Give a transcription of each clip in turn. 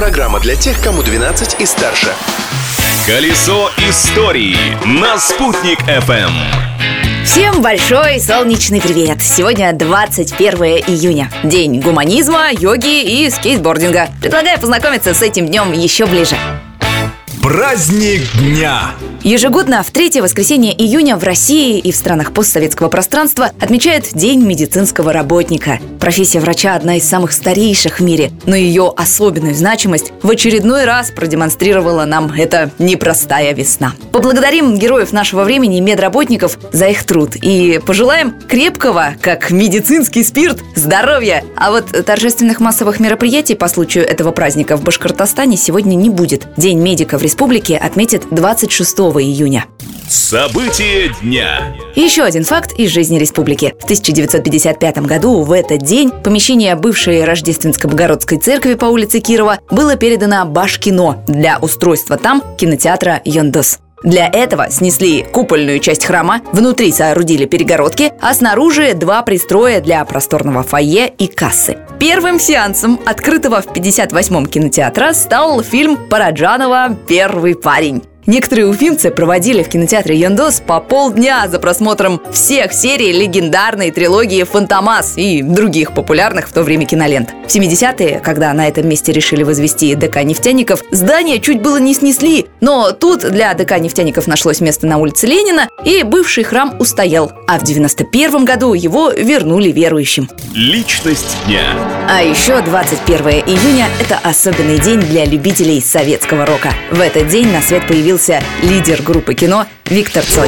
Программа для тех, кому 12 и старше. Колесо истории на Спутник FM. Всем большой солнечный привет! Сегодня 21 июня. День гуманизма, йоги и скейтбординга. Предлагаю познакомиться с этим днем еще ближе. Праздник дня. Ежегодно в третье воскресенье июня в России и в странах постсоветского пространства отмечают День медицинского работника. Профессия врача – одна из самых старейших в мире, но ее особенную значимость в очередной раз продемонстрировала нам эта непростая весна. Поблагодарим героев нашего времени, медработников, за их труд и пожелаем крепкого, как медицинский спирт, здоровья. А вот торжественных массовых мероприятий по случаю этого праздника в Башкортостане сегодня не будет. День медика в республике отметят 26 июня. События дня. Еще один факт из жизни республики. В 1955 году в этот день помещение бывшей Рождественско-Богородской церкви по улице Кирова было передано Башкино для устройства там кинотеатра «Йондос». Для этого снесли купольную часть храма, внутри соорудили перегородки, а снаружи два пристроя для просторного фойе и кассы. Первым сеансом открытого в 1958-м кинотеатра стал фильм Параджанова «Первый парень». Некоторые уфимцы проводили в кинотеатре «Йондос» по полдня за просмотром всех серий легендарной трилогии «Фантомас» и других популярных в то время кинолент. В 70-е, когда на этом месте решили возвести ДК нефтяников, здание чуть было не снесли, но тут для ДК нефтяников нашлось место на улице Ленина, и бывший храм устоял, а в 91 году его вернули верующим. Личность дня. А еще 21 июня – это особенный день для любителей советского рока. В этот день на свет появился лидер группы «Кино» Виктор Цой.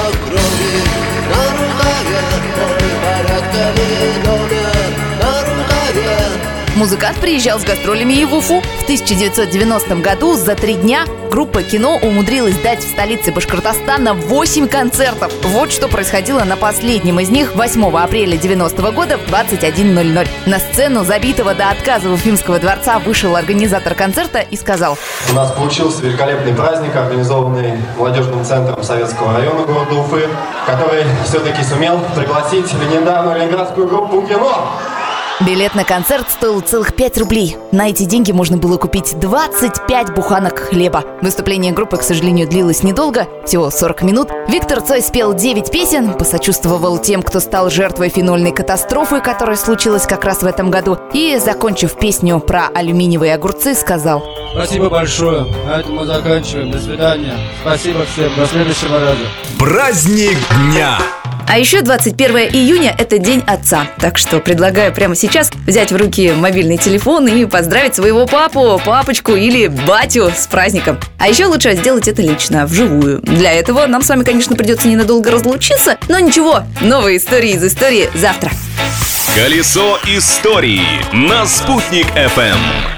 Музыкант приезжал с гастролями и в Уфу. В 1990 году за 3 дня группа «Кино» умудрилась дать в столице Башкортостана 8 концертов. Вот что происходило на последнем из них 8 апреля 90 года в 21:00. На сцену забитого до отказа Уфимского дворца вышел организатор концерта и сказал: у нас получился великолепный праздник, организованный молодежным центром Советского района города Уфы, который все-таки сумел пригласить легендарную ленинградскую группу «Кино». Билет на концерт стоил целых 5 рублей. На эти деньги можно было купить 25 буханок хлеба. Выступление группы, к сожалению, длилось недолго, всего 40 минут. Виктор Цой спел 9 песен, посочувствовал тем, кто стал жертвой фенольной катастрофы, которая случилась как раз в этом году, и, закончив песню про алюминиевые огурцы, сказал: спасибо большое, на этом мы заканчиваем, до свидания. Спасибо всем, до следующего раза. Праздник дня. А еще 21 июня – это День отца. Так что предлагаю прямо сейчас взять в руки мобильный телефон и поздравить своего папу, папочку или батю с праздником. А еще лучше сделать это лично, вживую. Для этого нам с вами, конечно, придется ненадолго разлучиться, но ничего, новые истории из истории завтра. Колесо истории на Спутник FM.